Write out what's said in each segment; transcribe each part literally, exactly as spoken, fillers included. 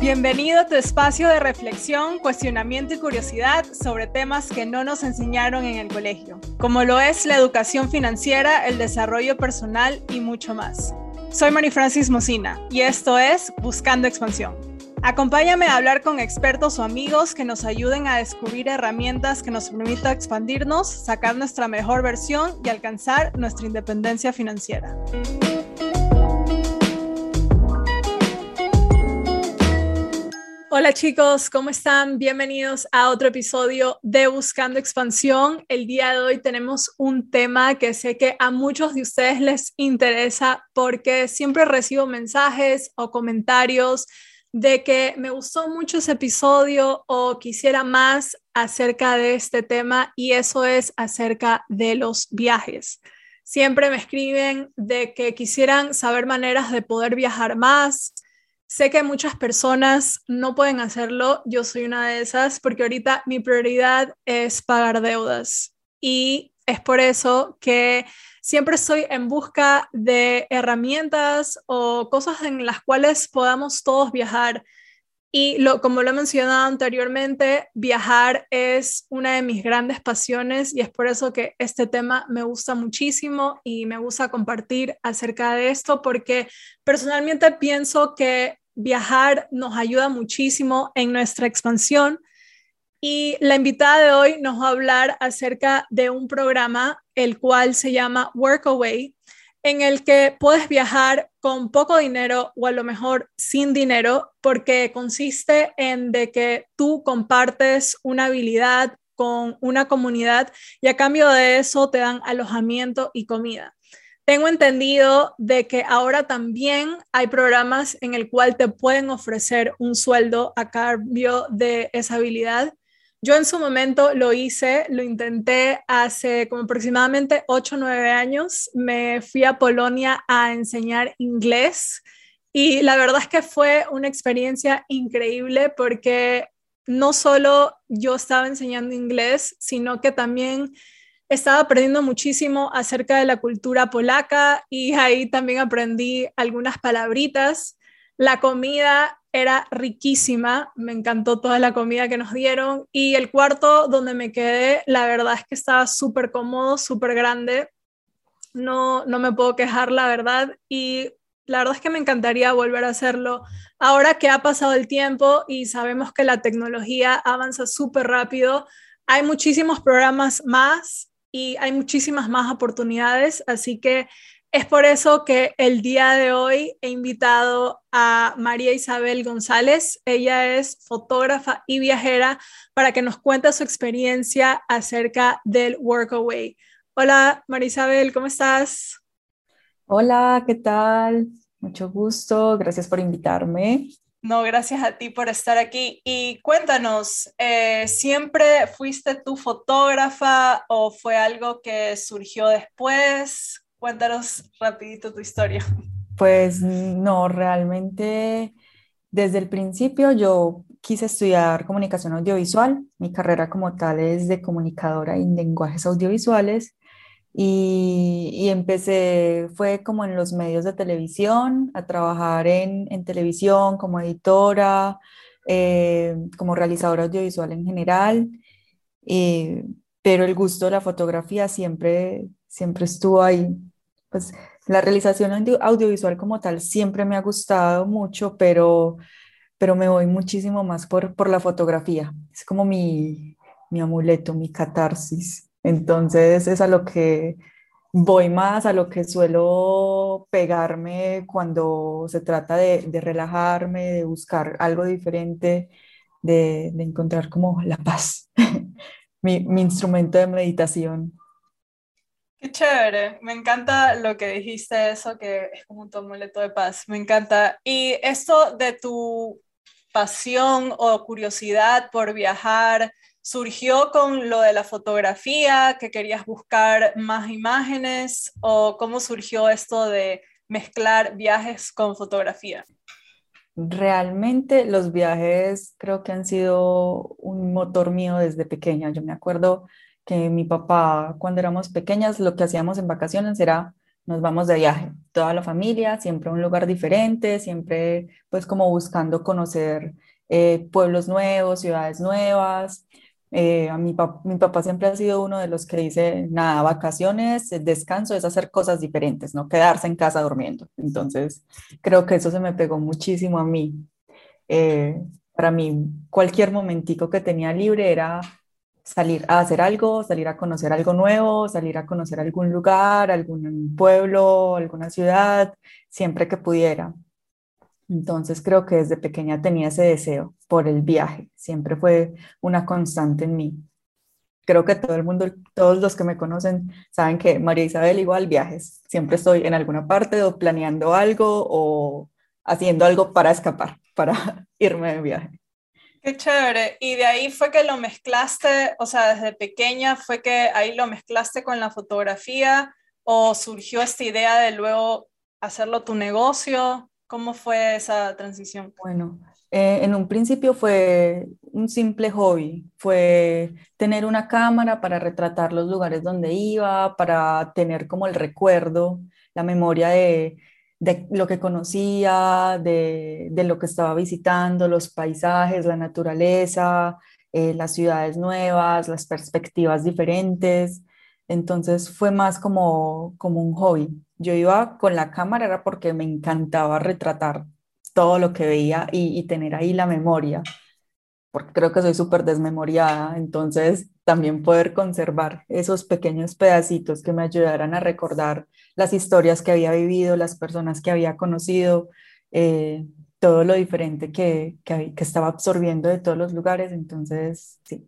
Bienvenido a tu espacio de reflexión, cuestionamiento y curiosidad sobre temas que no nos enseñaron en el colegio, como lo es la educación financiera, el desarrollo personal y mucho más. Soy Mari Francis Mocina y esto es Buscando Expansión. Acompáñame a hablar con expertos o amigos que nos ayuden a descubrir herramientas que nos permitan expandirnos, sacar nuestra mejor versión y alcanzar nuestra independencia financiera. Hola chicos, ¿cómo están? Bienvenidos a otro episodio de Buscando Expansión. El día de hoy tenemos un tema que sé que a muchos de ustedes les interesa porque siempre recibo mensajes o comentarios de que me gustó mucho ese episodio o quisiera más acerca de este tema, y eso es acerca de los viajes. Siempre me escriben de que quisieran saber maneras de poder viajar más. Sé que muchas personas no pueden hacerlo, yo soy una de esas, porque ahorita mi prioridad es pagar deudas y es por eso que siempre estoy en busca de herramientas o cosas en las cuales podamos todos viajar. Y lo, como lo he mencionado anteriormente, viajar es una de mis grandes pasiones y es por eso que este tema me gusta muchísimo y me gusta compartir acerca de esto, porque personalmente pienso que viajar nos ayuda muchísimo en nuestra expansión. Y la invitada de hoy nos va a hablar acerca de un programa el cual se llama Workaway, en el que puedes viajar con poco dinero o a lo mejor sin dinero, porque consiste en de que tú compartes una habilidad con una comunidad y a cambio de eso te dan alojamiento y comida. Tengo entendido de que ahora también hay programas en el cual te pueden ofrecer un sueldo a cambio de esa habilidad. Yo en su momento lo hice, lo intenté hace como aproximadamente ocho o nueve años. Me fui a Polonia a enseñar inglés y la verdad es que fue una experiencia increíble porque no solo yo estaba enseñando inglés, sino que también estaba aprendiendo muchísimo acerca de la cultura polaca y ahí también aprendí algunas palabritas. La comida era riquísima, me encantó toda la comida que nos dieron, y el cuarto donde me quedé, la verdad es que estaba súper cómodo, súper grande. No, no me puedo quejar, la verdad, y la verdad es que me encantaría volver a hacerlo. Ahora que ha pasado el tiempo y sabemos que la tecnología avanza súper rápido, hay muchísimos programas más y hay muchísimas más oportunidades, así que es por eso que el día de hoy he invitado a María Isabel González. Ella es fotógrafa y viajera para que nos cuente su experiencia acerca del Workaway. Hola María Isabel, ¿cómo estás? Hola, ¿qué tal? Mucho gusto, gracias por invitarme. No, gracias a ti por estar aquí. Y cuéntanos, eh, ¿siempre fuiste tú fotógrafa o fue algo que surgió después? Cuéntanos rapidito tu historia. Pues no, realmente desde el principio yo quise estudiar comunicación audiovisual. Mi carrera como tal es de comunicadora en lenguajes audiovisuales y, y empecé, fue como en los medios de televisión, a trabajar en, en televisión como editora, eh, como realizadora audiovisual en general. eh, pero el gusto de la fotografía siempre, siempre estuvo ahí. Pues la realización audio- audiovisual como tal siempre me ha gustado mucho, pero, pero me voy muchísimo más por, por la fotografía. Es como mi, mi amuleto, mi catarsis. Entonces es a lo que voy más, a lo que suelo pegarme cuando se trata de, de relajarme, de buscar algo diferente, de, de encontrar como la paz. mi, mi instrumento de meditación. Qué chévere, me encanta lo que dijiste, eso que es como un amuleto de paz, me encanta. Y esto de tu pasión o curiosidad por viajar, ¿surgió con lo de la fotografía, que querías buscar más imágenes, o cómo surgió esto de mezclar viajes con fotografía? Realmente los viajes creo que han sido un motor mío desde pequeña. Yo me acuerdo que mi papá, cuando éramos pequeñas, lo que hacíamos en vacaciones era nos vamos de viaje, toda la familia, siempre a un lugar diferente, siempre pues como buscando conocer eh, pueblos nuevos, ciudades nuevas. Eh, a mi, pap- mi papá siempre ha sido uno de los que dice, nada, vacaciones, eh, descanso es hacer cosas diferentes, no quedarse en casa durmiendo. Entonces, creo que eso se me pegó muchísimo a mí. Eh, para mí, cualquier momentico que tenía libre era salir a hacer algo, salir a conocer algo nuevo, salir a conocer algún lugar, algún pueblo, alguna ciudad, siempre que pudiera. Entonces creo que desde pequeña tenía ese deseo por el viaje, siempre fue una constante en mí. Creo que todo el mundo, todos los que me conocen saben que María Isabel igual viajes, siempre estoy en alguna parte o planeando algo o haciendo algo para escapar, para irme de viaje. Qué chévere. Y de ahí fue que lo mezclaste, o sea, desde pequeña fue que ahí lo mezclaste con la fotografía o surgió esta idea de luego hacerlo tu negocio. ¿Cómo fue esa transición? Bueno, eh, en un principio fue un simple hobby, fue tener una cámara para retratar los lugares donde iba, para tener como el recuerdo, la memoria de, de lo que conocía, de, de lo que estaba visitando, los paisajes, la naturaleza, eh, las ciudades nuevas, las perspectivas diferentes. Entonces fue más como, como un hobby. Yo iba con la cámara, era porque me encantaba retratar todo lo que veía y, y tener ahí la memoria, porque creo que soy súper desmemoriada, entonces también poder conservar esos pequeños pedacitos que me ayudaran a recordar las historias que había vivido, las personas que había conocido, eh, todo lo diferente que, que, que estaba absorbiendo de todos los lugares, entonces sí,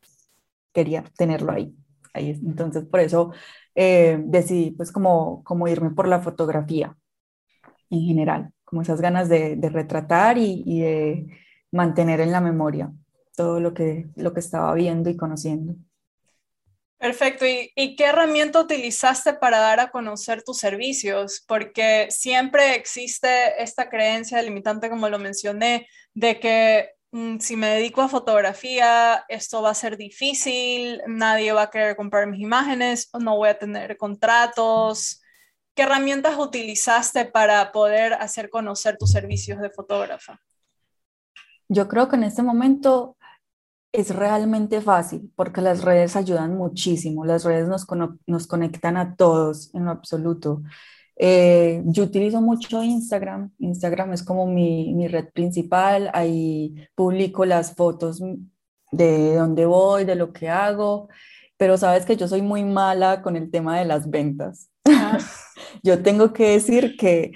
quería tenerlo ahí. ahí es. Entonces por eso eh, decidí pues como, como irme por la fotografía en general, como esas ganas de, de retratar y, y de mantener en la memoria todo lo que, lo que estaba viendo y conociendo. Perfecto. ¿Y, y qué herramienta utilizaste para dar a conocer tus servicios? Porque siempre existe esta creencia limitante, como lo mencioné, de que mm, si me dedico a fotografía, esto va a ser difícil, nadie va a querer comprar mis imágenes, o no voy a tener contratos. ¿Qué herramientas utilizaste para poder hacer conocer tus servicios de fotógrafa? Yo creo que en este momento es realmente fácil porque las redes ayudan muchísimo, las redes nos, cono- nos conectan a todos en lo absoluto. Eh, yo utilizo mucho Instagram, Instagram es como mi, mi red principal, ahí publico las fotos de dónde voy, de lo que hago, pero sabes que yo soy muy mala con el tema de las ventas. Ah. Yo tengo que decir que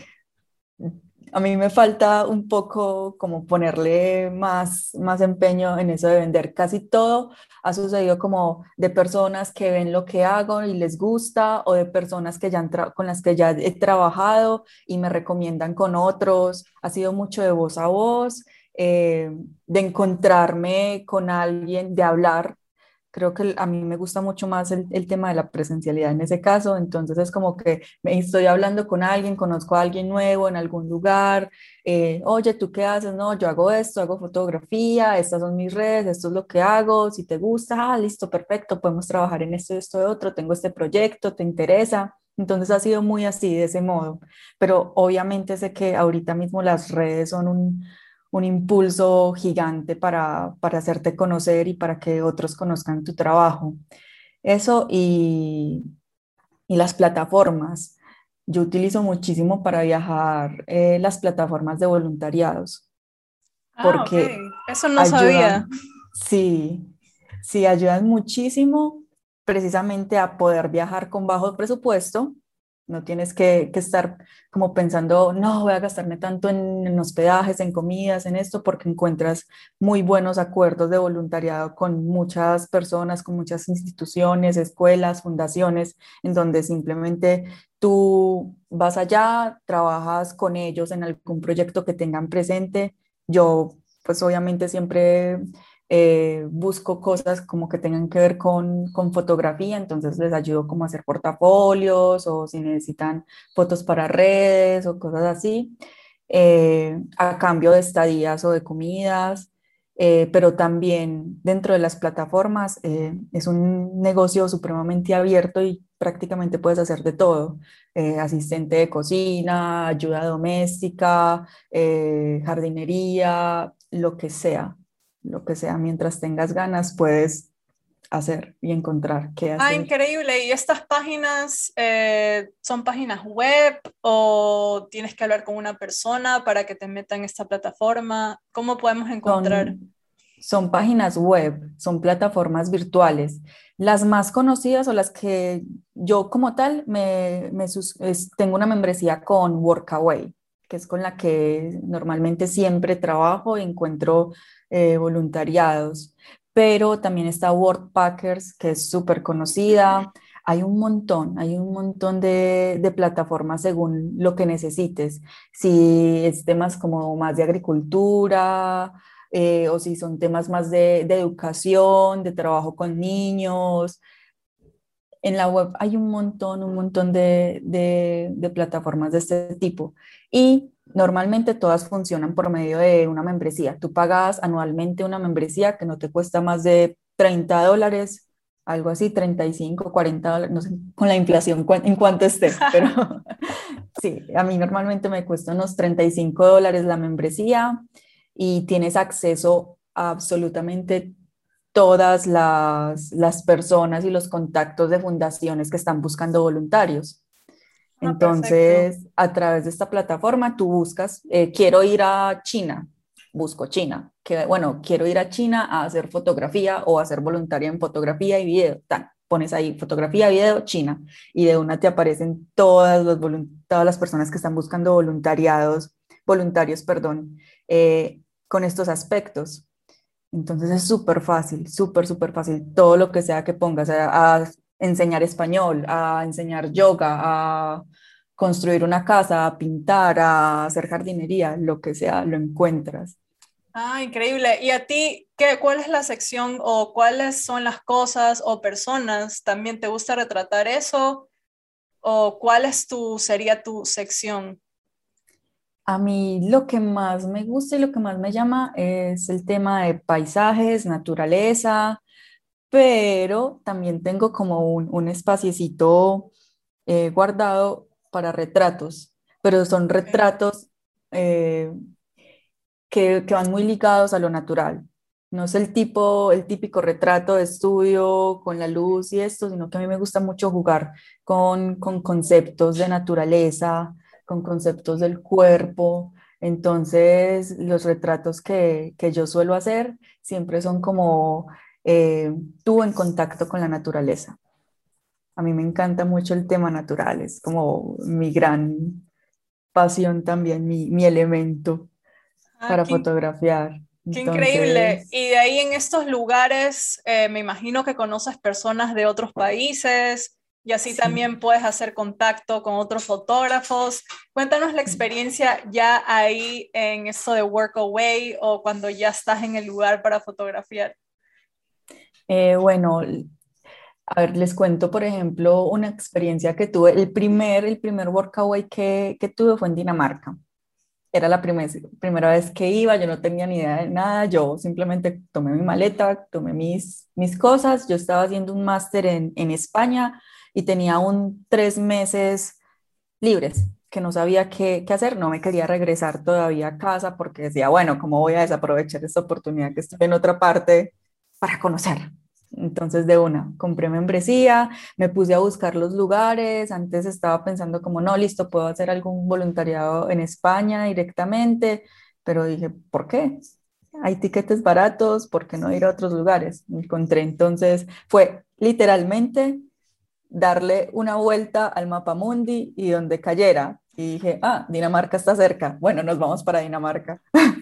a mí me falta un poco como ponerle más, más empeño en eso de vender. Casi todo ha sucedido como de personas que ven lo que hago y les gusta o de personas que ya han tra- con las que ya he trabajado y me recomiendan con otros. Ha sido mucho de voz a voz, eh, de encontrarme con alguien, de hablar. Creo que a mí me gusta mucho más el, el tema de la presencialidad en ese caso, entonces es como que me estoy hablando con alguien, conozco a alguien nuevo en algún lugar, eh, oye, ¿tú qué haces? No, yo hago esto, hago fotografía, estas son mis redes, esto es lo que hago, si te gusta, ah, listo, perfecto, podemos trabajar en esto y esto de otro, tengo este proyecto, ¿te interesa? Entonces ha sido muy así, de ese modo, pero obviamente sé que ahorita mismo las redes son un un impulso gigante para, para hacerte conocer y para que otros conozcan tu trabajo. Eso y, y las plataformas. Yo utilizo muchísimo para viajar eh, las plataformas de voluntariados Ah, ok. porque Eso no sabía. ayudan, sí, sí, ayudan muchísimo precisamente a poder viajar con bajo presupuesto. No tienes que, que estar como pensando, no, voy a gastarme tanto en, en hospedajes, en comidas, en esto, porque encuentras muy buenos acuerdos de voluntariado con muchas personas, con muchas instituciones, escuelas, fundaciones, en donde simplemente tú vas allá, trabajas con ellos en algún proyecto que tengan presente. Yo, pues obviamente siempre eh, busco cosas como que tengan que ver con, con fotografía, entonces les ayudo como a hacer portafolios o si necesitan fotos para redes o cosas así, eh, a cambio de estadías o de comidas. Eh, pero también dentro de las plataformas eh, es un negocio supremamente abierto y prácticamente puedes hacer de todo, eh, asistente de cocina, ayuda doméstica, eh, jardinería, lo que sea, lo que sea, mientras tengas ganas puedes hacer y encontrar qué Ah, hacer. increíble. ¿Y estas páginas eh, son páginas web o tienes que hablar con una persona para que te meta en esta plataforma? ¿Cómo podemos encontrar? Son, son páginas web, son plataformas virtuales. Las más conocidas o las que yo como tal me, me sus- es- tengo una membresía con Workaway, que es con la que normalmente siempre trabajo y encuentro eh, voluntariados. Pero también está Workpackers, que es súper conocida. Hay un montón, hay un montón de, de plataformas según lo que necesites. Si es temas como más de agricultura, eh, o si son temas más de, de educación, de trabajo con niños. En la web hay un montón, un montón de, de, de plataformas de este tipo y normalmente todas funcionan por medio de una membresía. Tú pagas anualmente una membresía que no te cuesta más de treinta dólares, algo así, treinta y cinco, cuarenta dólares, no sé, con la inflación en cuánto esté, pero sí, a mí normalmente me cuesta unos treinta y cinco dólares la membresía y tienes acceso a absolutamente todas las, las personas y los contactos de fundaciones que están buscando voluntarios. Ah, perfecto. Entonces, a través de esta plataforma, tú buscas, eh, quiero ir a China, busco China, que, bueno, quiero ir a China a hacer fotografía o a ser voluntaria en fotografía y video, tan, pones ahí fotografía, video, China, y de una te aparecen todas, los todas las personas que están buscando voluntariados, voluntarios, perdón, eh, con estos aspectos. Entonces es súper fácil, súper, súper fácil. Todo lo que sea que pongas a, a enseñar español, a enseñar yoga, a construir una casa, a pintar, a hacer jardinería, lo que sea, lo encuentras. Ah, increíble. ¿Y a ti, qué, cuál es la sección o cuáles son las cosas o personas? ¿También te gusta retratar eso? ¿O cuál es tu, sería tu sección? A mí lo que más me gusta y lo que más me llama es el tema de paisajes, naturaleza, pero también tengo como un, un espaciecito eh, guardado para retratos, pero son Okay. retratos eh, que, que van muy ligados a lo natural. No es el tipo, el típico retrato de estudio con la luz y esto, sino que a mí me gusta mucho jugar con, con conceptos de naturaleza, con conceptos del cuerpo. Entonces, los retratos que, que yo suelo hacer siempre son como eh, tú en contacto con la naturaleza. A mí me encanta mucho el tema natural, es como mi gran pasión también, mi, mi elemento Ah, para qué, fotografiar. qué increíble. Entonces, Y de ahí en estos lugares, eh, me imagino que conoces personas de otros países y así sí. también puedes hacer contacto con otros fotógrafos. Cuéntanos la experiencia ya ahí en esto de Workaway o cuando ya estás en el lugar para fotografiar. Eh, bueno, a ver, les cuento, por ejemplo, una experiencia que tuve. El primer, el primer workaway que, que tuve fue en Dinamarca. Era la primer, primera vez que iba, yo no tenía ni idea de nada, yo simplemente tomé mi maleta, tomé mis, mis cosas, yo estaba haciendo un máster en, en España y tenía un tres meses libres, que no sabía qué, qué hacer, no me quería regresar todavía a casa porque decía, bueno, ¿cómo voy a desaprovechar esta oportunidad que estoy en otra parte para conocer? Entonces de una, compré membresía, me puse a buscar los lugares, antes estaba pensando como, no, listo, puedo hacer algún voluntariado en España directamente, pero dije, ¿por qué? Hay tiquetes baratos, ¿por qué no ir a otros lugares? Encontré entonces, fue literalmente darle una vuelta al mapa mundi y donde cayera. Y dije, ah, Dinamarca está cerca. Bueno, nos vamos para Dinamarca.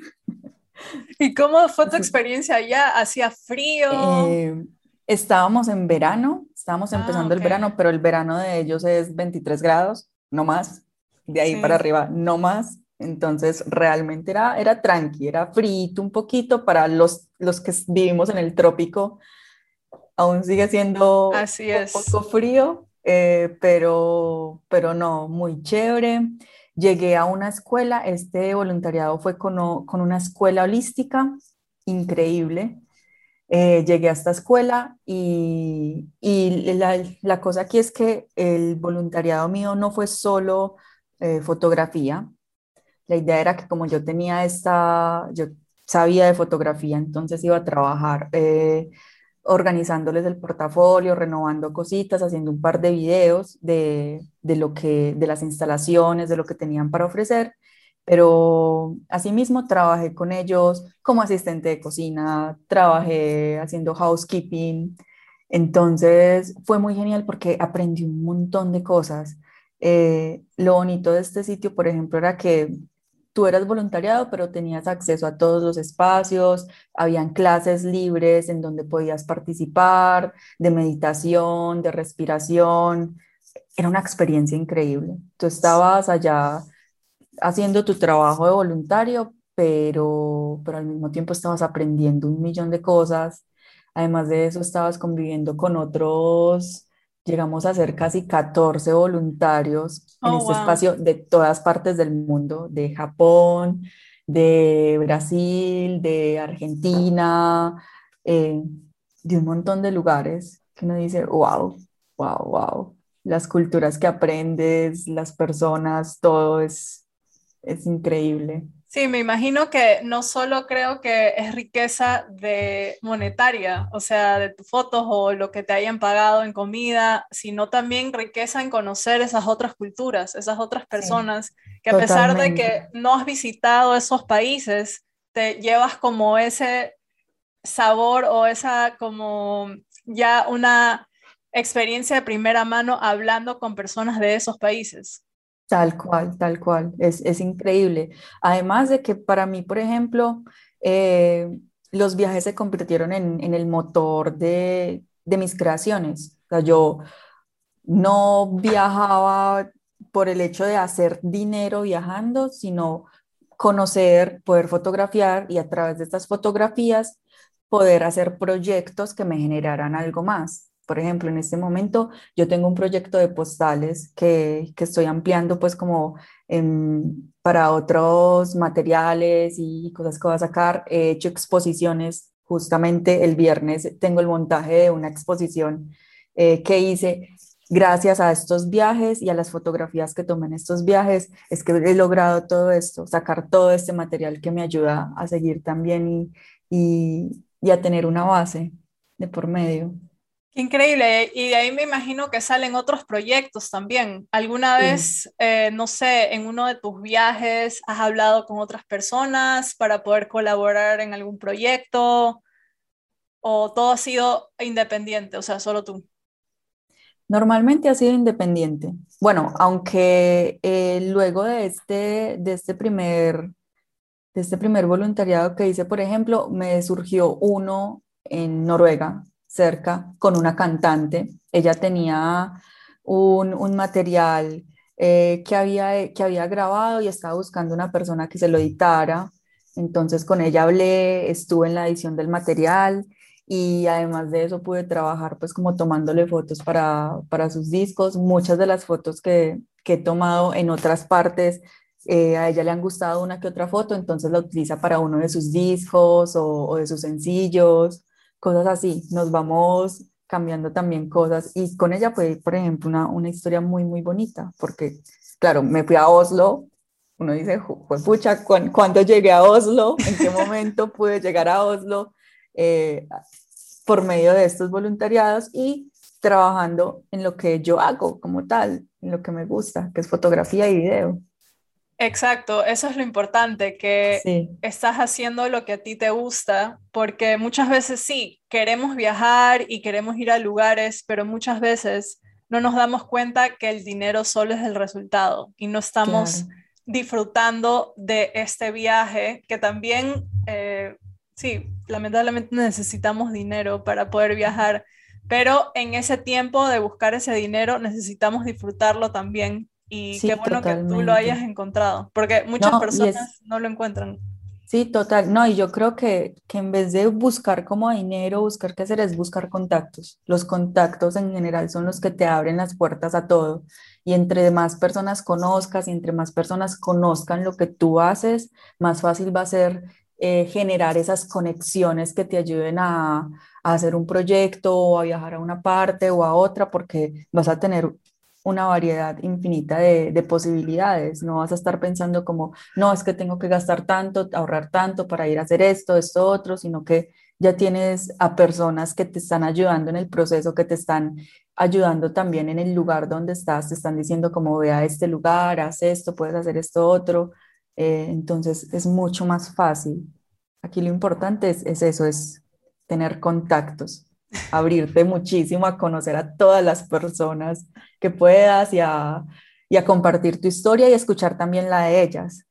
¿Y cómo fue tu experiencia allá? ¿Hacía frío? Eh, estábamos en verano, estábamos Ah, empezando el ok. verano, pero el verano de ellos es veintitrés grados, no más. De ahí para Sí. arriba, no más. Entonces, realmente era, era tranqui, era frito un poquito para los, los que vivimos en el trópico. Aún sigue siendo Así un es. poco frío, eh, pero, pero no, muy chévere. Llegué a una escuela, este voluntariado fue con, o- con una escuela holística, increíble. Eh, llegué a esta escuela y, y la, la cosa aquí es que el voluntariado mío no fue solo eh, fotografía. La idea era que como yo tenía esta, yo sabía de fotografía, entonces iba a trabajar eh, organizándoles el portafolio, renovando cositas, haciendo un par de videos de, de lo que, de las instalaciones, de lo que tenían para ofrecer. Pero asimismo trabajé con ellos como asistente de cocina, trabajé haciendo housekeeping. Entonces fue muy genial porque aprendí un montón de cosas. Eh, lo bonito de este sitio, por ejemplo, era que tú eras voluntariado, pero tenías acceso a todos los espacios, habían clases libres en donde podías participar, de meditación, de respiración. Era una experiencia increíble. Tú estabas allá haciendo tu trabajo de voluntario, pero, pero al mismo tiempo estabas aprendiendo un millón de cosas. Además de eso, estabas conviviendo con otros, llegamos a ser casi catorce voluntarios en Oh, este wow. espacio de todas partes del mundo, de Japón, de Brasil, de Argentina, eh, de un montón de lugares que uno dice, wow, wow, wow. Las culturas que aprendes, las personas, todo es es increíble. Sí, me imagino que no solo creo que es riqueza de monetaria, o sea, de tus fotos o lo que te hayan pagado en comida, sino también riqueza en conocer esas otras culturas, esas otras Sí, personas, que a pesar de totalmente. que no has visitado esos países, te llevas como ese sabor o esa como ya una experiencia de primera mano hablando con personas de esos países. Tal cual, tal cual. Es, es increíble. Además de que para mí, por ejemplo, eh, los viajes se convirtieron en, en el motor de, de mis creaciones. O sea, yo no viajaba por el hecho de hacer dinero viajando, sino conocer, poder fotografiar y a través de estas fotografías poder hacer proyectos que me generaran algo más. Por ejemplo, en este momento yo tengo un proyecto de postales que, que estoy ampliando pues como em, para otros materiales y cosas que voy a sacar. He hecho exposiciones, justamente el viernes tengo el montaje de una exposición eh, que hice gracias a estos viajes y a las fotografías que tomé en estos viajes, es que he logrado todo esto, sacar todo este material que me ayuda a seguir también y, y, y a tener una base de por medio. Qué increíble. Y de ahí me imagino que salen otros proyectos también. ¿Alguna Sí. vez, eh, no sé, en uno de tus viajes has hablado con otras personas para poder colaborar en algún proyecto? ¿O todo ha sido independiente? O sea, solo tú. Normalmente ha sido independiente. Bueno, aunque eh, luego de este, de este primer, de este primer voluntariado que hice, por ejemplo, me surgió uno en Noruega, cerca, con una cantante. Ella tenía un, un material eh, que había, que había grabado y estaba buscando una persona que se lo editara. Entonces con ella hablé, estuve en la edición del material y además de eso pude trabajar pues como tomándole fotos para, para sus discos. Muchas de las fotos que, que he tomado en otras partes eh, a ella le han gustado una que otra foto, entonces la utiliza para uno de sus discos o, o de sus sencillos, cosas así. Nos vamos cambiando también cosas y con ella fue, por ejemplo, una, una historia muy, muy bonita, porque, claro, me fui a Oslo, uno dice, pues pucha, ¿cuándo llegué a Oslo? ¿En qué momento pude llegar a Oslo? Eh, por medio de estos voluntariados y trabajando en lo que yo hago como tal, en lo que me gusta, que es fotografía y video. Exacto, eso es lo importante, que Sí, estás haciendo lo que a ti te gusta, porque muchas veces sí, queremos viajar y queremos ir a lugares, pero muchas veces no nos damos cuenta que el dinero solo es el resultado y no estamos claro. disfrutando de este viaje, que también, eh, sí, lamentablemente necesitamos dinero para poder viajar, pero en ese tiempo de buscar ese dinero necesitamos disfrutarlo también y qué Sí, bueno que tú lo totalmente. hayas encontrado, porque muchas No, y es, personas no lo encuentran. sí, total. No, y yo creo que, que en vez de buscar como dinero, buscar qué hacer, es buscar contactos. Los contactos en general son los que te abren las puertas a todo. Y entre más personas conozcas y entre más personas conozcan lo que tú haces, más fácil va a ser eh, generar esas conexiones que te ayuden a, a hacer un proyecto o a viajar a una parte o a otra, porque vas a tener una variedad infinita de, de posibilidades. No vas a estar pensando como, no, es que tengo que gastar tanto, ahorrar tanto para ir a hacer esto, esto, otro, sino que ya tienes a personas que te están ayudando en el proceso, que te están ayudando también en el lugar donde estás, te están diciendo como ve a este lugar, haz esto, puedes hacer esto otro. Eh, entonces es mucho más fácil. Aquí lo importante es, es eso, es tener contactos, abrirte muchísimo a conocer a todas las personas que puedas y a, y a compartir tu historia y escuchar también la de ellas.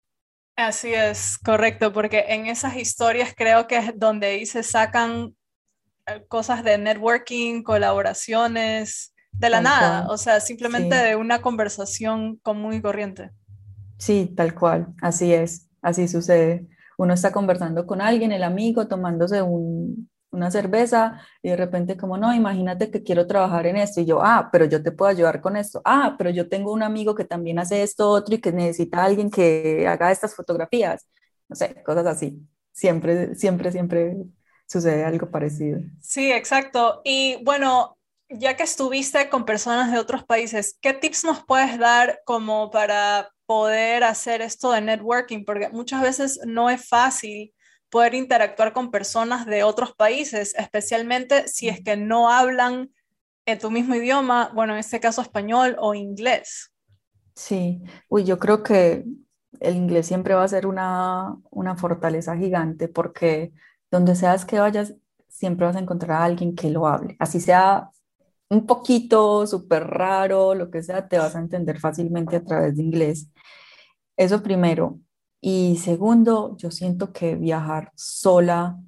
Así es, correcto, porque en esas historias creo que es donde ahí se sacan eh, cosas de networking, colaboraciones, de la Tal nada, cual. o sea, simplemente Sí, de una conversación común y corriente. sí, tal cual. Así es, así sucede. Uno está conversando con alguien, el amigo, tomándose un, una cerveza y de repente como, no, imagínate que quiero trabajar en esto y yo, ah, pero yo te puedo ayudar con esto. Ah, pero yo tengo un amigo que también hace esto otro y que necesita a alguien que haga estas fotografías. No sé, cosas así. Siempre, siempre, siempre sucede algo parecido. Sí, exacto. Y bueno, ya que estuviste con personas de otros países, ¿qué tips nos puedes dar como para poder hacer esto de networking? Porque muchas veces no es fácil poder interactuar con personas de otros países, especialmente si es que no hablan en tu mismo idioma, bueno, en este caso español o inglés. Sí, uy, yo creo que el inglés siempre va a ser una, una fortaleza gigante porque donde seas que vayas, siempre vas a encontrar a alguien que lo hable. Así sea un poquito súper raro, lo que sea, te vas a entender fácilmente a través de inglés. Eso primero. Y segundo, yo siento que viajar sola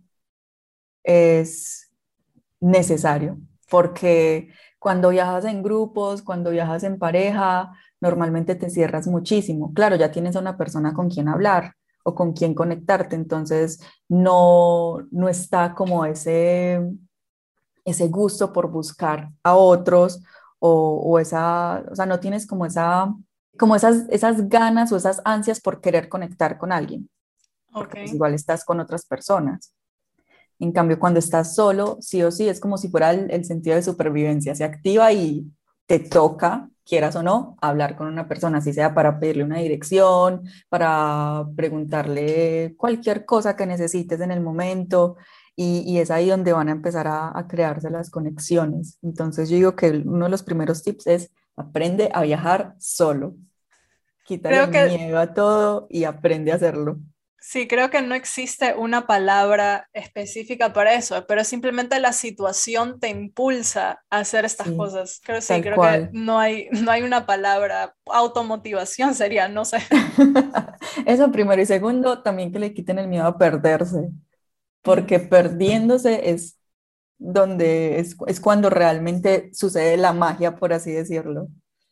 es necesario, porque cuando viajas en grupos, cuando viajas en pareja, normalmente te cierras muchísimo. Claro, ya tienes a una persona con quien hablar o con quien conectarte, entonces no, no está como ese, ese gusto por buscar a otros o, o esa, o sea, no tienes como esa, como esas, esas ganas o esas ansias por querer conectar con alguien, Ok. porque pues igual estás con otras personas. En cambio, cuando estás solo, sí o sí, es como si fuera el, el sentido de supervivencia. Se activa y te toca, quieras o no, hablar con una persona, así sea para pedirle una dirección, para preguntarle cualquier cosa que necesites en el momento. Y, y es ahí donde van a empezar a, a crearse las conexiones. Entonces yo digo que uno de los primeros tips es aprende a viajar solo. Quítale Creo el que miedo a todo y aprende a hacerlo. sí, creo que no existe una palabra específica para eso, pero simplemente la situación te impulsa a hacer estas Sí, cosas. Creo sí, tal creo que cual. no hay, no hay una palabra. Automotivación sería, no sé. Eso primero y segundo, también que le quiten el miedo a perderse, porque perdiéndose es donde es, es cuando realmente sucede la magia, por así decirlo.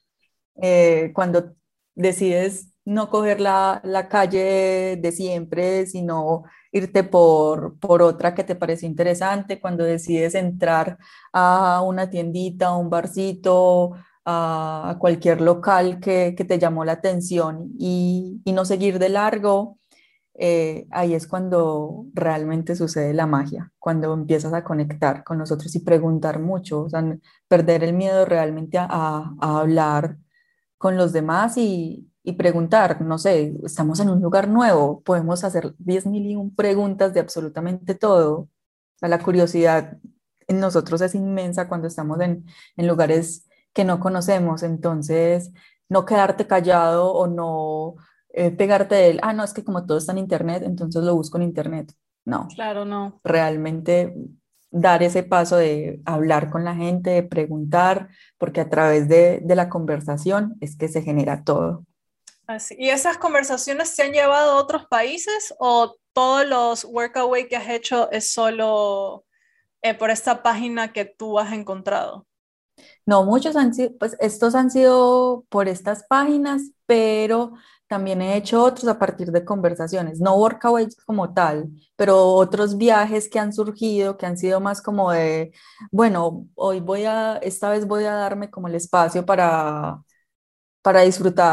Eh, cuando decides no coger la, la calle de siempre, sino irte por, por otra que te pareció interesante, cuando decides entrar a una tiendita, a un barcito, a, a cualquier local que, que te llamó la atención y, y no seguir de largo, eh, ahí es cuando realmente sucede la magia, cuando empiezas a conectar con nosotros y preguntar mucho, o sea, n- perder el miedo realmente a, a- a hablar con los demás y, y preguntar, no sé, estamos en un lugar nuevo, podemos hacer diez mil y un preguntas de absolutamente todo. O sea, la curiosidad en nosotros es inmensa cuando estamos en, en lugares que no conocemos, entonces no quedarte callado o no eh, pegarte del, ah, no, es que como todo está en internet, entonces lo busco en internet. No, Claro, no. realmente dar ese paso de hablar con la gente, de preguntar, porque a través de, de la conversación es que se genera todo. Así. ¿Y esas conversaciones se han llevado a otros países o todos los workaway que has hecho es solo eh, por esta página que tú has encontrado? No, muchos han sido, pues estos han sido por estas páginas, pero también he hecho otros a partir de conversaciones, no workaways como tal, pero otros viajes que han surgido, que han sido más como de, bueno, hoy voy a, esta vez voy a darme como el espacio para, para disfrutar.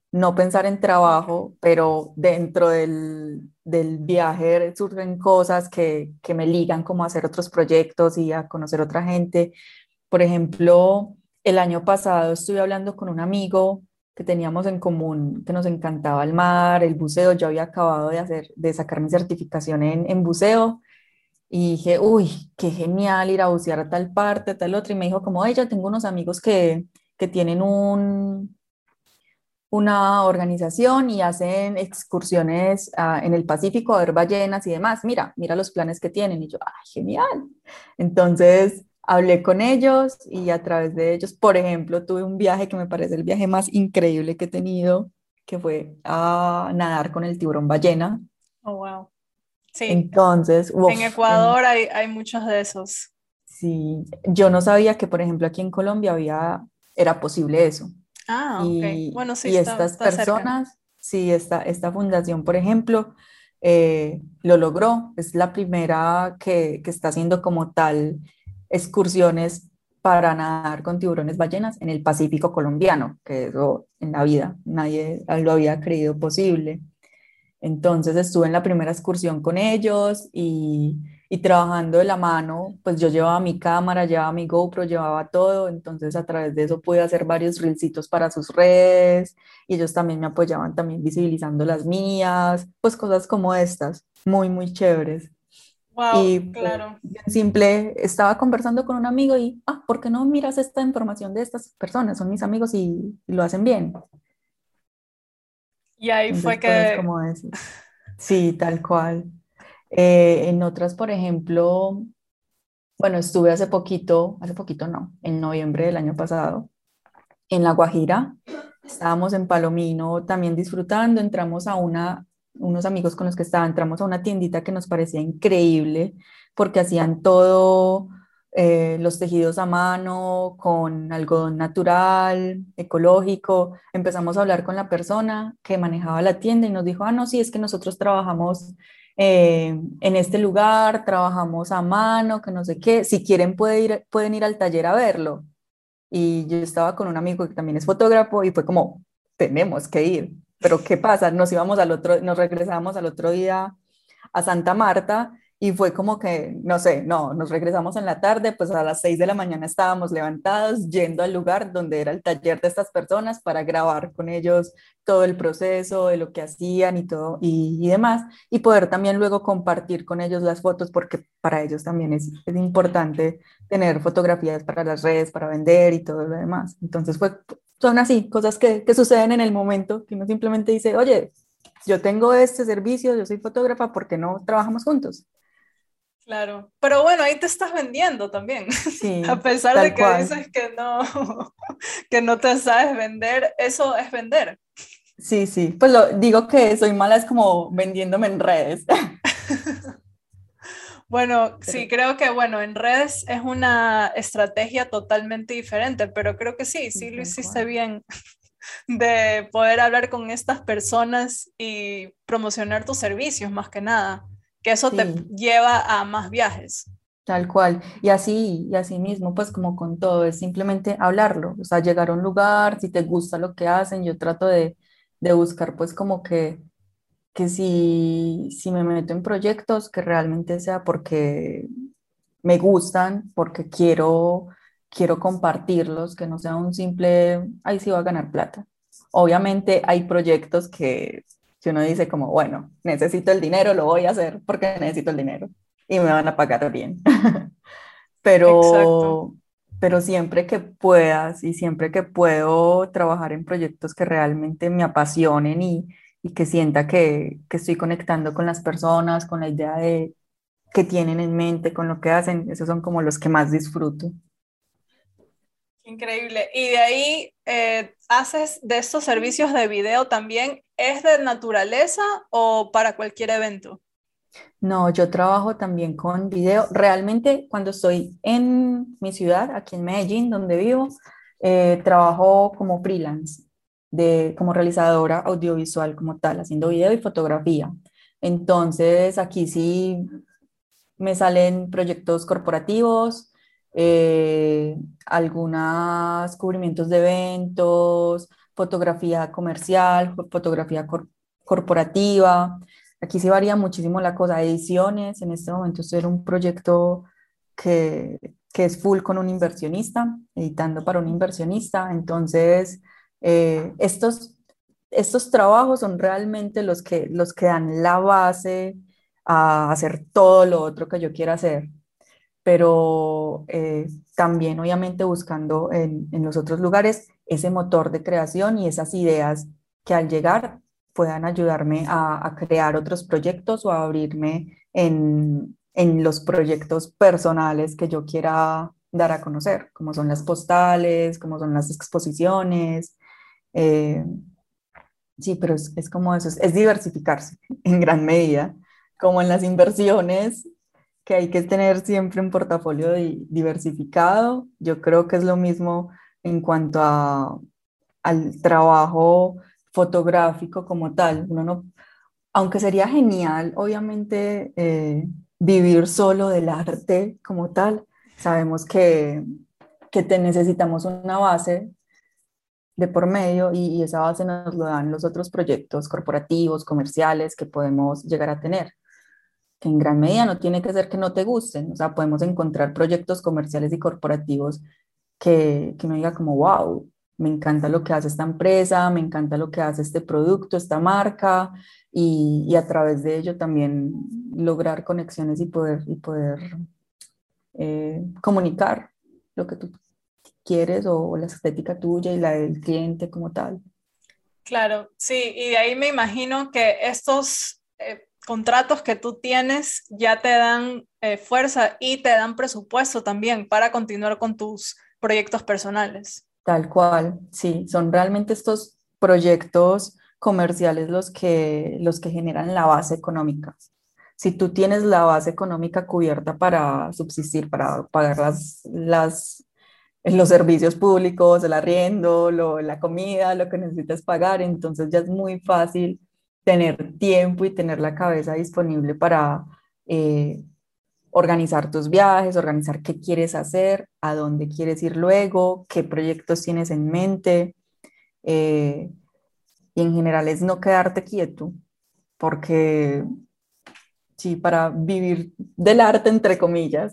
no pensar en trabajo, pero dentro del, del viaje surgen cosas que, que me ligan como a hacer otros proyectos y a conocer otra gente. Por ejemplo, el año pasado estuve hablando con un amigo que teníamos en común, que nos encantaba el mar, el buceo. Yo había acabado de hacer, de sacar mi certificación en, en buceo y dije, uy, qué genial ir a bucear a tal parte, a tal otra. Y me dijo como, ella, tengo unos amigos que, que tienen un, una organización y hacen excursiones ah, en el Pacífico a ver ballenas y demás. Mira, mira los planes que tienen. Y yo, ay, genial. Entonces hablé con ellos y a través de ellos, por ejemplo, tuve un viaje que me parece el viaje más increíble que he tenido, que fue a nadar con el tiburón ballena. Oh, wow. Sí, Entonces, en uf, en, Ecuador hay, hay muchos de esos. sí, yo no sabía que, por ejemplo, aquí en Colombia había, era posible eso. Ah, ok. Y, Bueno, sí, y está, estas está cerca. personas, sí, esta, esta fundación, por ejemplo, eh, lo logró. Es la primera que, que está haciendo como tal excursiones para nadar con tiburones ballenas en el Pacífico colombiano, que eso en la vida nadie lo había creído posible. Entonces estuve en la primera excursión con ellos y, y trabajando de la mano, pues yo llevaba mi cámara, llevaba mi GoPro, llevaba todo, entonces a través de eso pude hacer varios reelsitos para sus redes y ellos también me apoyaban también visibilizando las mías, pues cosas como estas, muy, muy chéveres. Wow, Y pues, claro. bien simple, estaba conversando con un amigo y, ah, ¿por qué no miras esta información de estas personas? Son mis amigos y, y lo hacen bien. Y ahí fue Entonces, cosas que, como esas. Sí, tal cual. Eh, en otras, por ejemplo, bueno, estuve hace poquito, hace poquito no, en noviembre del año pasado, en La Guajira. Estábamos en Palomino también disfrutando, entramos a una, unos amigos con los que estaba, entramos a una tiendita que nos parecía increíble porque hacían todo, eh, los tejidos a mano, con algodón natural, ecológico. Empezamos a hablar con la persona que manejaba la tienda y nos dijo, ah, no, sí, es que nosotros trabajamos eh, en este lugar, trabajamos a mano, que no sé qué, si quieren puede ir, pueden ir al taller a verlo. Y yo estaba con un amigo que también es fotógrafo y fue como, tenemos que ir. Pero ¿qué pasa? Nos íbamos al otro, nos regresamos al otro día a Santa Marta y fue como que, no sé, no, nos regresamos en la tarde, pues a las seis de la mañana estábamos levantados yendo al lugar donde era el taller de estas personas para grabar con ellos todo el proceso de lo que hacían y todo y, y demás, y poder también luego compartir con ellos las fotos porque para ellos también es, es importante tener fotografías para las redes, para vender y todo lo demás. Entonces fue, son así, cosas que, que suceden en el momento, que uno simplemente dice, oye, yo tengo este servicio, yo soy fotógrafa, ¿por qué no trabajamos juntos? claro. Pero bueno, ahí te estás vendiendo también. A Sí, pesar de tal que cual. dices que no, que no te sabes vender, eso es vender. Sí, sí. Pues lo digo que soy mala es como vendiéndome en redes. Bueno, sí, Pero creo que bueno, en redes es una estrategia totalmente diferente, pero creo que sí, sí, sí lo tal hiciste cual. bien de poder hablar con estas personas y promocionar tus servicios más que nada, que eso te Sí, lleva a más viajes. tal cual. Y así, y así mismo, pues como con todo, es simplemente hablarlo. O sea, llegar a un lugar, si te gusta lo que hacen, yo trato de, de buscar pues como que que si, si me meto en proyectos, que realmente sea porque me gustan, porque quiero, quiero compartirlos, que no sea un simple, ahí sí va a ganar plata. Obviamente hay proyectos que, que uno dice como, bueno, necesito el dinero, lo voy a hacer porque necesito el dinero y me van a pagar bien. Exacto. pero, pero siempre que puedas y siempre que puedo trabajar en proyectos que realmente me apasionen y, y que sienta que, que estoy conectando con las personas, con la idea de que tienen en mente, con lo que hacen, esos son como los que más disfruto. Increíble. Y de ahí, eh, ¿haces de estos servicios de video también? ¿Es de naturaleza o para cualquier evento? No, yo trabajo también con video. Realmente cuando estoy en mi ciudad, aquí en Medellín, donde vivo, eh, trabajo como freelance, de, como realizadora audiovisual como tal, haciendo video y fotografía. Entonces, aquí sí me salen proyectos corporativos, eh, algunos cubrimientos de eventos, fotografía comercial, fo- fotografía cor- corporativa. Aquí sí varía muchísimo la cosa, ediciones. En este momento estoy en un proyecto que, que es full con un inversionista, editando para un inversionista. Entonces, eh, estos, estos trabajos son realmente los que, los que dan la base a hacer todo lo otro que yo quiera hacer, pero eh, también obviamente buscando en, en los otros lugares ese motor de creación y esas ideas que al llegar puedan ayudarme a, a crear otros proyectos o a abrirme en, en los proyectos personales que yo quiera dar a conocer, como son las postales, como son las exposiciones. eh, Sí, pero es, es como eso, es, es diversificarse en gran medida, como en las inversiones, que hay que tener siempre un portafolio di- diversificado. Yo creo que es lo mismo en cuanto a, al trabajo fotográfico como tal. Uno no, aunque sería genial, obviamente, eh, vivir solo del arte como tal, sabemos que, que te necesitamos una base de por medio y, y esa base nos lo dan los otros proyectos corporativos, comerciales que podemos llegar a tener, que en gran medida no tiene que ser que no te gusten, o sea, podemos encontrar proyectos comerciales y corporativos que, que uno diga como, wow, me encanta lo que hace esta empresa, me encanta lo que hace este producto, esta marca, y, y a través de ello también lograr conexiones y poder, y poder eh, comunicar lo que tú quieres o, o la estética tuya y la del cliente como tal. Claro, sí, y de ahí me imagino que estos eh, contratos que tú tienes ya te dan eh, fuerza y te dan presupuesto también para continuar con tus proyectos personales. Tal cual, sí, son realmente estos proyectos comerciales los que, los que generan la base económica. Si tú tienes la base económica cubierta para subsistir, para pagar las, las, los servicios públicos, el arriendo, lo- la comida, lo que necesitas pagar, entonces ya es muy fácil tener tiempo y tener la cabeza disponible para eh, organizar tus viajes, organizar qué quieres hacer, a dónde quieres ir luego, qué proyectos tienes en mente. eh, y en general es no quedarte quieto, porque sí, para vivir del arte, entre comillas,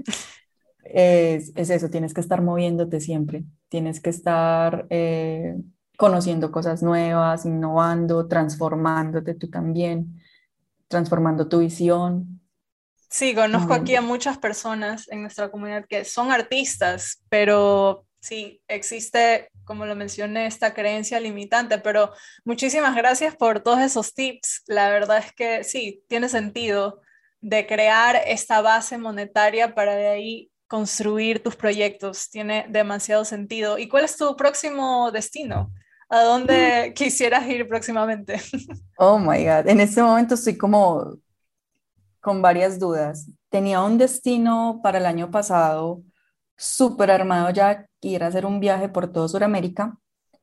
es, es eso, tienes que estar moviéndote siempre, tienes que estar eh, conociendo cosas nuevas, innovando, transformándote tú también, transformando tu visión, Sí, conozco aquí a moviendo. muchas personas en nuestra comunidad que son artistas, pero sí, existe, como lo mencioné, esta creencia limitante, pero muchísimas gracias por todos esos tips. La verdad es que sí, tiene sentido de crear esta base monetaria para de ahí construir tus proyectos. Tiene demasiado sentido. ¿Y cuál es tu próximo destino? ¿A dónde quisieras ir próximamente? Oh my God, en este momento estoy como con varias dudas. Tenía un destino para el año pasado súper armado ya, que era hacer un viaje por todo Sudamérica,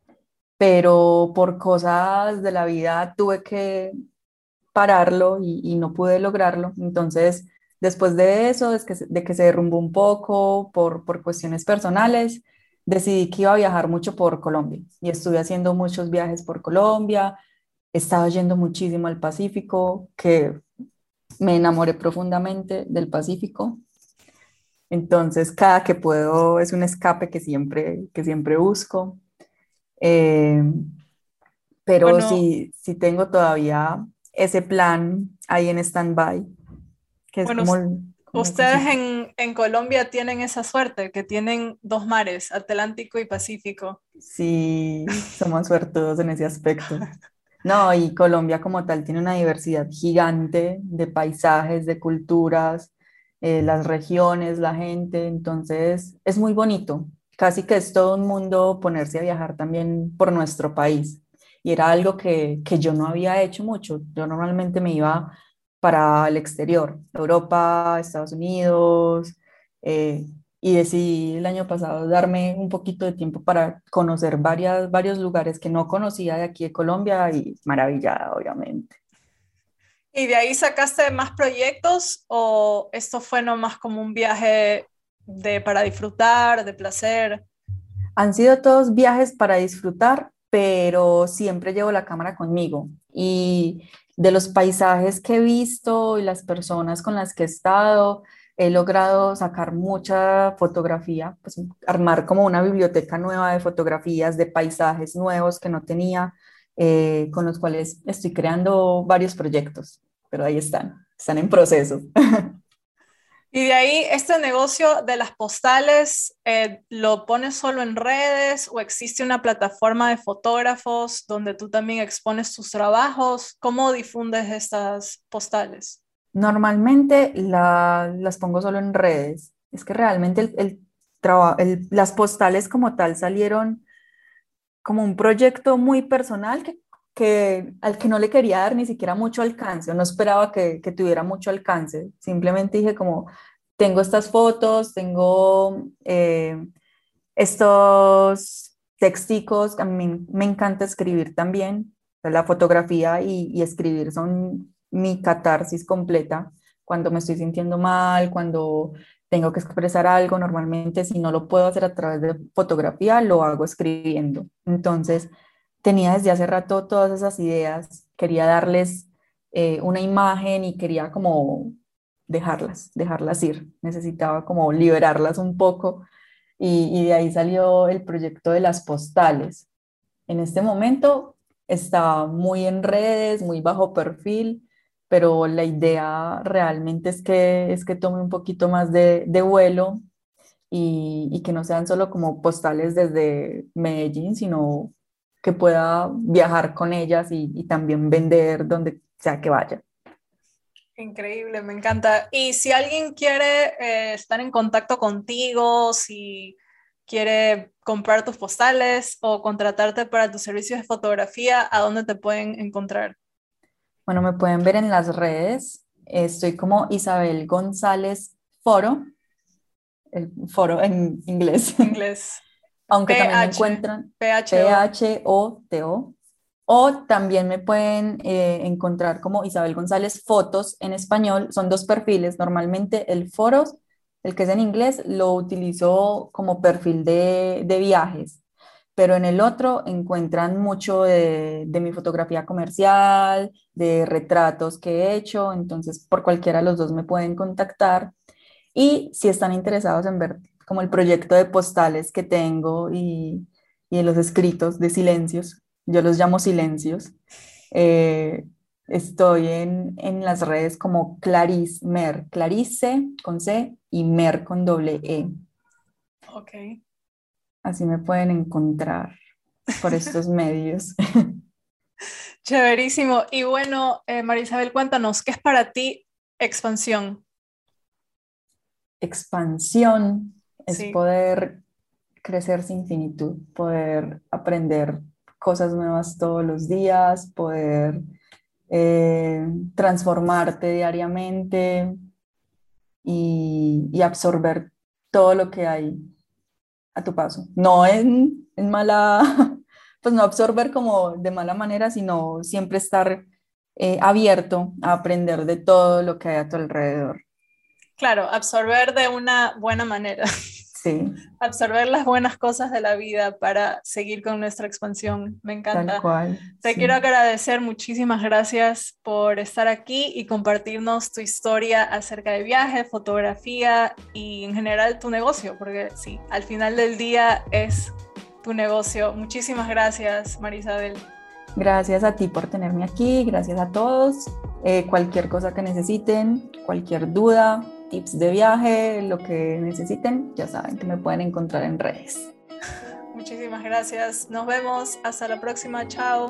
pero por cosas de la vida tuve que pararlo y, y no pude lograrlo. Entonces, después de eso, es que, se- de que se derrumbó un poco por, por cuestiones personales, decidí que iba a viajar mucho por Colombia y estuve haciendo muchos viajes por Colombia. Estaba yendo muchísimo al Pacífico, que me enamoré profundamente del Pacífico. Entonces, cada que puedo es un escape que siempre, que siempre busco. Eh, pero Bueno, sí, sí tengo todavía ese plan ahí en stand-by, que es bueno, como, us- el- como el ustedes Pacífico. en, en Colombia tienen esa suerte, que tienen dos mares, Atlántico y Pacífico. Sí, somos suertudos en ese aspecto. No, y Colombia como tal tiene una diversidad gigante de paisajes, de culturas, eh, las regiones, la gente, entonces es muy bonito. Casi que es todo un mundo ponerse a viajar también por nuestro país. Y era algo que, que yo no había hecho mucho. Yo normalmente me iba para el exterior, Europa, Estados Unidos, eh, y decidí el año pasado darme un poquito de tiempo para conocer varias, varios lugares que no conocía de aquí de Colombia y maravillada, obviamente. ¿Y de ahí sacaste más proyectos o esto fue nomás como un viaje de, para disfrutar, de placer? Han sido todos viajes para disfrutar, pero siempre llevo la cámara conmigo. Y de los paisajes que he visto y las personas con las que he estado, he logrado sacar mucha fotografía, pues armar como una biblioteca nueva de fotografías, de paisajes nuevos que no tenía, eh, con los cuales estoy creando varios proyectos, pero ahí están, están en proceso. Y de ahí, este negocio de las postales, eh, ¿lo pones solo en redes o existe una plataforma de fotógrafos donde tú también expones tus trabajos? ¿Cómo difundes estas postales? Normalmente la- las pongo solo en redes. Es que realmente el, el traba- el- las postales como tal salieron como un proyecto muy personal que, que, al que no le quería dar ni siquiera mucho alcance, o no esperaba que, que tuviera mucho alcance. Simplemente dije como, tengo estas fotos, tengo eh, estos texticos, a mí me encanta escribir también. La fotografía y, y escribir son mi catarsis completa. Cuando me estoy sintiendo mal, cuando tengo que expresar algo, normalmente si no lo puedo hacer a través de fotografía, lo hago escribiendo. Entonces, tenía desde hace rato todas esas ideas, quería darles eh, una imagen y quería como dejarlas, dejarlas ir. Necesitaba como liberarlas un poco y, y de ahí salió el proyecto de las postales. En este momento está muy en redes, muy bajo perfil, pero la idea realmente es que, es que tome un poquito más de, de vuelo y, y que no sean solo como postales desde Medellín, sino que pueda viajar con ellas y, y también vender donde sea que vaya. Increíble, me encanta. Y si alguien quiere eh, estar en contacto contigo, si quiere comprar tus postales o contratarte para tus servicios de fotografía, ¿a dónde te pueden encontrar? Bueno, me pueden ver en las redes. Estoy como Isabel González Foro, el foro en inglés, Inglés. aunque también me PH, encuentran PHO. P H O T O, o también me pueden eh, encontrar como Isabel González Fotos en español. Son dos perfiles. Normalmente el Foros, el que es en inglés, lo utilizo como perfil de, de viajes, pero en el otro encuentran mucho de, de mi fotografía comercial, de retratos que he hecho, entonces por cualquiera de los dos me pueden contactar. Y si están interesados en ver como el proyecto de postales que tengo y, y en los escritos de silencios, yo los llamo silencios, eh, estoy en, en las redes como Clarice Mer, Clarice con C y Mer con doble E. Ok. Así me pueden encontrar por estos medios. Chéverísimo. Y bueno, eh, María Isabel, cuéntanos, ¿qué es para ti expansión? Expansión es Sí. poder crecer sin finitud, poder aprender cosas nuevas todos los días, poder eh, transformarte diariamente y, y absorber todo lo que hay a tu paso. No en, en mala, pues no absorber como de mala manera, sino siempre estar eh, abierto a aprender de todo lo que hay a tu alrededor. Claro, absorber de una buena manera. Sí, Absorber las buenas cosas de la vida para seguir con nuestra expansión. Me tal encanta. cual, Te quiero sí. agradecer, muchísimas gracias por estar aquí y compartirnos tu historia acerca de viajes, fotografía y en general tu negocio, porque sí, al final del día es tu negocio. Muchísimas gracias, María Isabel. Gracias a ti por tenerme aquí, gracias a todos. Eh, cualquier cosa que necesiten, cualquier duda, tips de viaje, lo que necesiten, ya saben que me pueden encontrar en redes. Muchísimas gracias. Nos vemos. Hasta la próxima. Chao.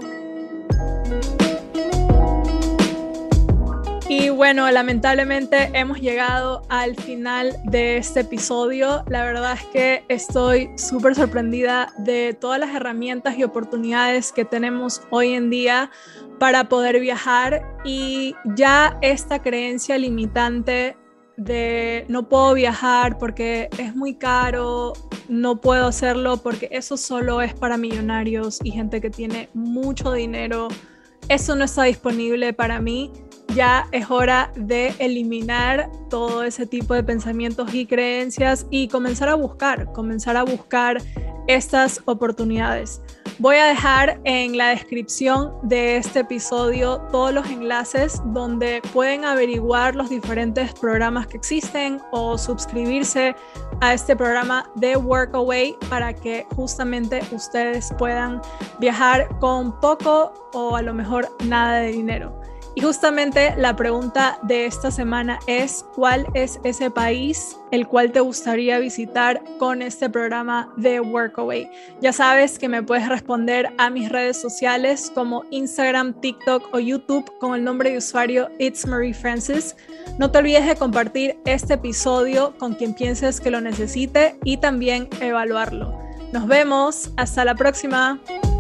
Y bueno, lamentablemente hemos llegado al final de este episodio. La verdad es que estoy súper sorprendida de todas las herramientas y oportunidades que tenemos hoy en día para poder viajar, y ya esta creencia limitante de no puedo viajar porque es muy caro, no puedo hacerlo porque eso solo es para millonarios y gente que tiene mucho dinero, eso no está disponible para mí. Ya es hora de eliminar todo ese tipo de pensamientos y creencias y comenzar a buscar, comenzar a buscar estas oportunidades. Voy a dejar en la descripción de este episodio todos los enlaces donde pueden averiguar los diferentes programas que existen o suscribirse a este programa de Workaway para que justamente ustedes puedan viajar con poco o a lo mejor nada de dinero. Y justamente la pregunta de esta semana es: ¿cuál es ese país el cual te gustaría visitar con este programa de Workaway? Ya sabes que me puedes responder a mis redes sociales como Instagram, TikTok o YouTube con el nombre de usuario It's Marie Francis. No te olvides de compartir este episodio con quien pienses que lo necesite y también evaluarlo. Nos vemos, hasta la próxima.